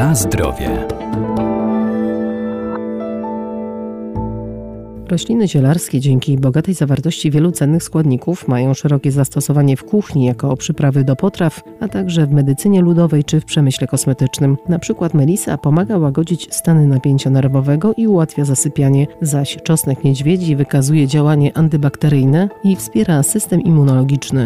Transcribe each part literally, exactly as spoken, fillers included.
Na zdrowie. Rośliny zielarskie dzięki bogatej zawartości wielu cennych składników mają szerokie zastosowanie w kuchni jako przyprawy do potraw, a także w medycynie ludowej czy w przemyśle kosmetycznym. Na przykład melisa pomaga łagodzić stany napięcia nerwowego i ułatwia zasypianie, zaś czosnek niedźwiedzi wykazuje działanie antybakteryjne i wspiera system immunologiczny.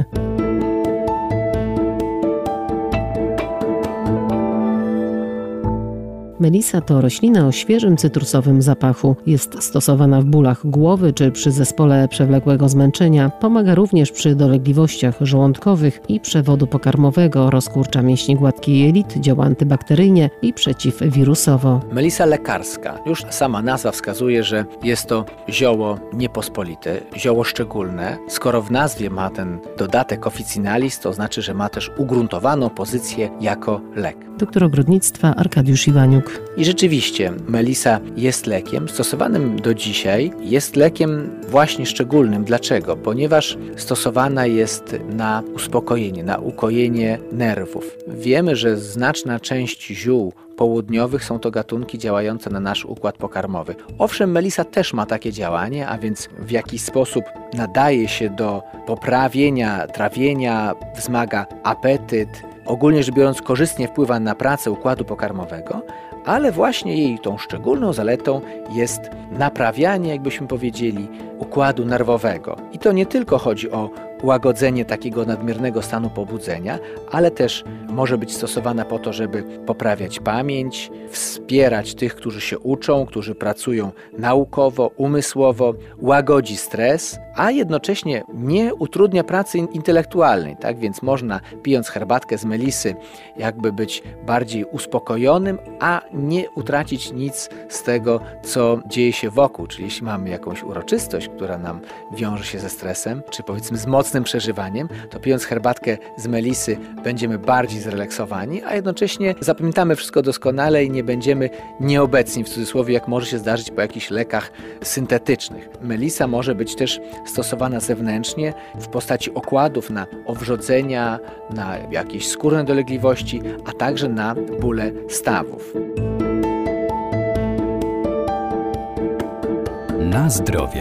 Melisa to roślina o świeżym cytrusowym zapachu. Jest stosowana w bólach głowy czy przy zespole przewlekłego zmęczenia. Pomaga również przy dolegliwościach żołądkowych i przewodu pokarmowego, rozkurcza mięśni gładkiej jelit, działa antybakteryjnie i przeciwwirusowo. Melisa lekarska. Już sama nazwa wskazuje, że jest to zioło niepospolite, zioło szczególne. Skoro w nazwie ma ten dodatek officinalis, to znaczy, że ma też ugruntowaną pozycję jako lek. Doktor ogrodnictwa Arkadiusz Iwaniuk. I rzeczywiście melisa jest lekiem stosowanym do dzisiaj, jest lekiem właśnie szczególnym. Dlaczego? Ponieważ stosowana jest na uspokojenie, na ukojenie nerwów. Wiemy, że znaczna część ziół południowych są to gatunki działające na nasz układ pokarmowy. Owszem, melisa też ma takie działanie, a więc w jakiś sposób nadaje się do poprawienia trawienia, wzmaga apetyt, ogólnie rzecz biorąc korzystnie wpływa na pracę układu pokarmowego, ale właśnie jej tą szczególną zaletą jest naprawianie, jakbyśmy powiedzieli, układu nerwowego. I to nie tylko chodzi o łagodzenie takiego nadmiernego stanu pobudzenia, ale też może być stosowana po to, żeby poprawiać pamięć, wspierać tych, którzy się uczą, którzy pracują naukowo, umysłowo, łagodzi stres, a jednocześnie nie utrudnia pracy intelektualnej. Tak więc można, pijąc herbatkę z melisy, jakby być bardziej uspokojonym, a nie utracić nic z tego, co dzieje się wokół. Czyli jeśli mamy jakąś uroczystość, która nam wiąże się ze stresem, czy powiedzmy z mocnym przeżywaniem, to pijąc herbatkę z melisy będziemy bardziej zrelaksowani, a jednocześnie zapamiętamy wszystko doskonale i nie będziemy nieobecni, w cudzysłowie, jak może się zdarzyć po jakichś lekach syntetycznych. Melisa może być też stosowana zewnętrznie w postaci okładów na owrzodzenia, na jakieś skórne dolegliwości, a także na bóle stawów. Na zdrowie.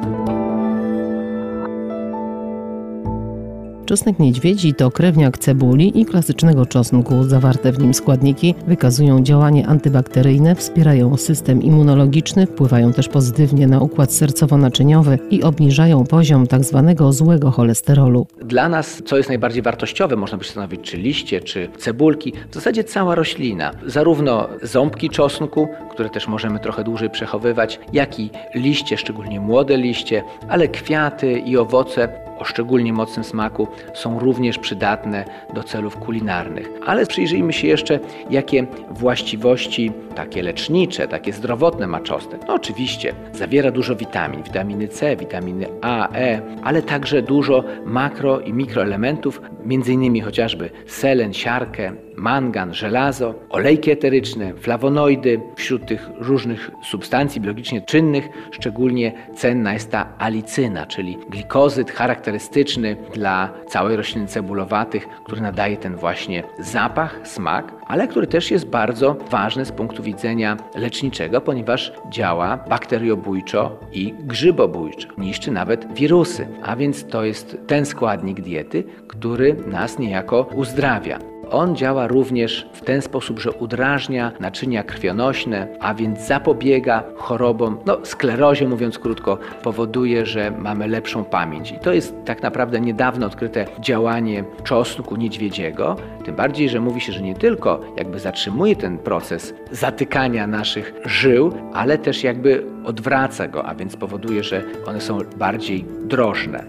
Czosnek niedźwiedzi to krewniak cebuli i klasycznego czosnku. Zawarte w nim składniki wykazują działanie antybakteryjne, wspierają system immunologiczny, wpływają też pozytywnie na układ sercowo-naczyniowy i obniżają poziom tzw. złego cholesterolu. Dla nas, co jest najbardziej wartościowe, można by się zastanowić, czy liście, czy cebulki, w zasadzie cała roślina. Zarówno ząbki czosnku, które też możemy trochę dłużej przechowywać, jak i liście, szczególnie młode liście, ale kwiaty i owoce o szczególnie mocnym smaku są również przydatne do celów kulinarnych. Ale przyjrzyjmy się jeszcze, jakie właściwości takie lecznicze, takie zdrowotne ma czosnek. No oczywiście zawiera dużo witamin, witaminy C, witaminy A, E, ale także dużo makro i mikroelementów, między innymi chociażby selen, siarkę, mangan, żelazo, olejki eteryczne, flawonoidy. Wśród tych różnych substancji biologicznie czynnych szczególnie cenna jest ta alicyna, czyli glikozyd charakterystyczny dla całej rośliny cebulowatych, który nadaje ten właśnie zapach, smak, ale który też jest bardzo ważny z punktu widzenia leczniczego, ponieważ działa bakteriobójczo i grzybobójczo. Niszczy nawet wirusy, a więc to jest ten składnik diety, który nas niejako uzdrawia. On działa również w ten sposób, że udrażnia naczynia krwionośne, a więc zapobiega chorobom, no sklerozie mówiąc krótko, powoduje, że mamy lepszą pamięć. I to jest tak naprawdę niedawno odkryte działanie czosnku niedźwiedziego, tym bardziej, że mówi się, że nie tylko jakby zatrzymuje ten proces zatykania naszych żył, ale też jakby odwraca go, a więc powoduje, że one są bardziej drożne.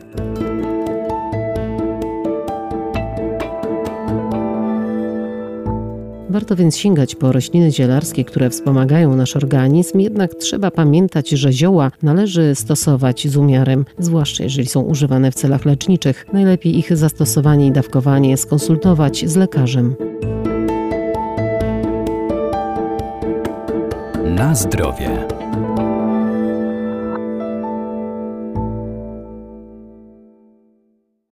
Warto więc sięgać po rośliny zielarskie, które wspomagają nasz organizm, jednak trzeba pamiętać, że zioła należy stosować z umiarem, zwłaszcza jeżeli są używane w celach leczniczych. Najlepiej ich zastosowanie i dawkowanie skonsultować z lekarzem. Na zdrowie.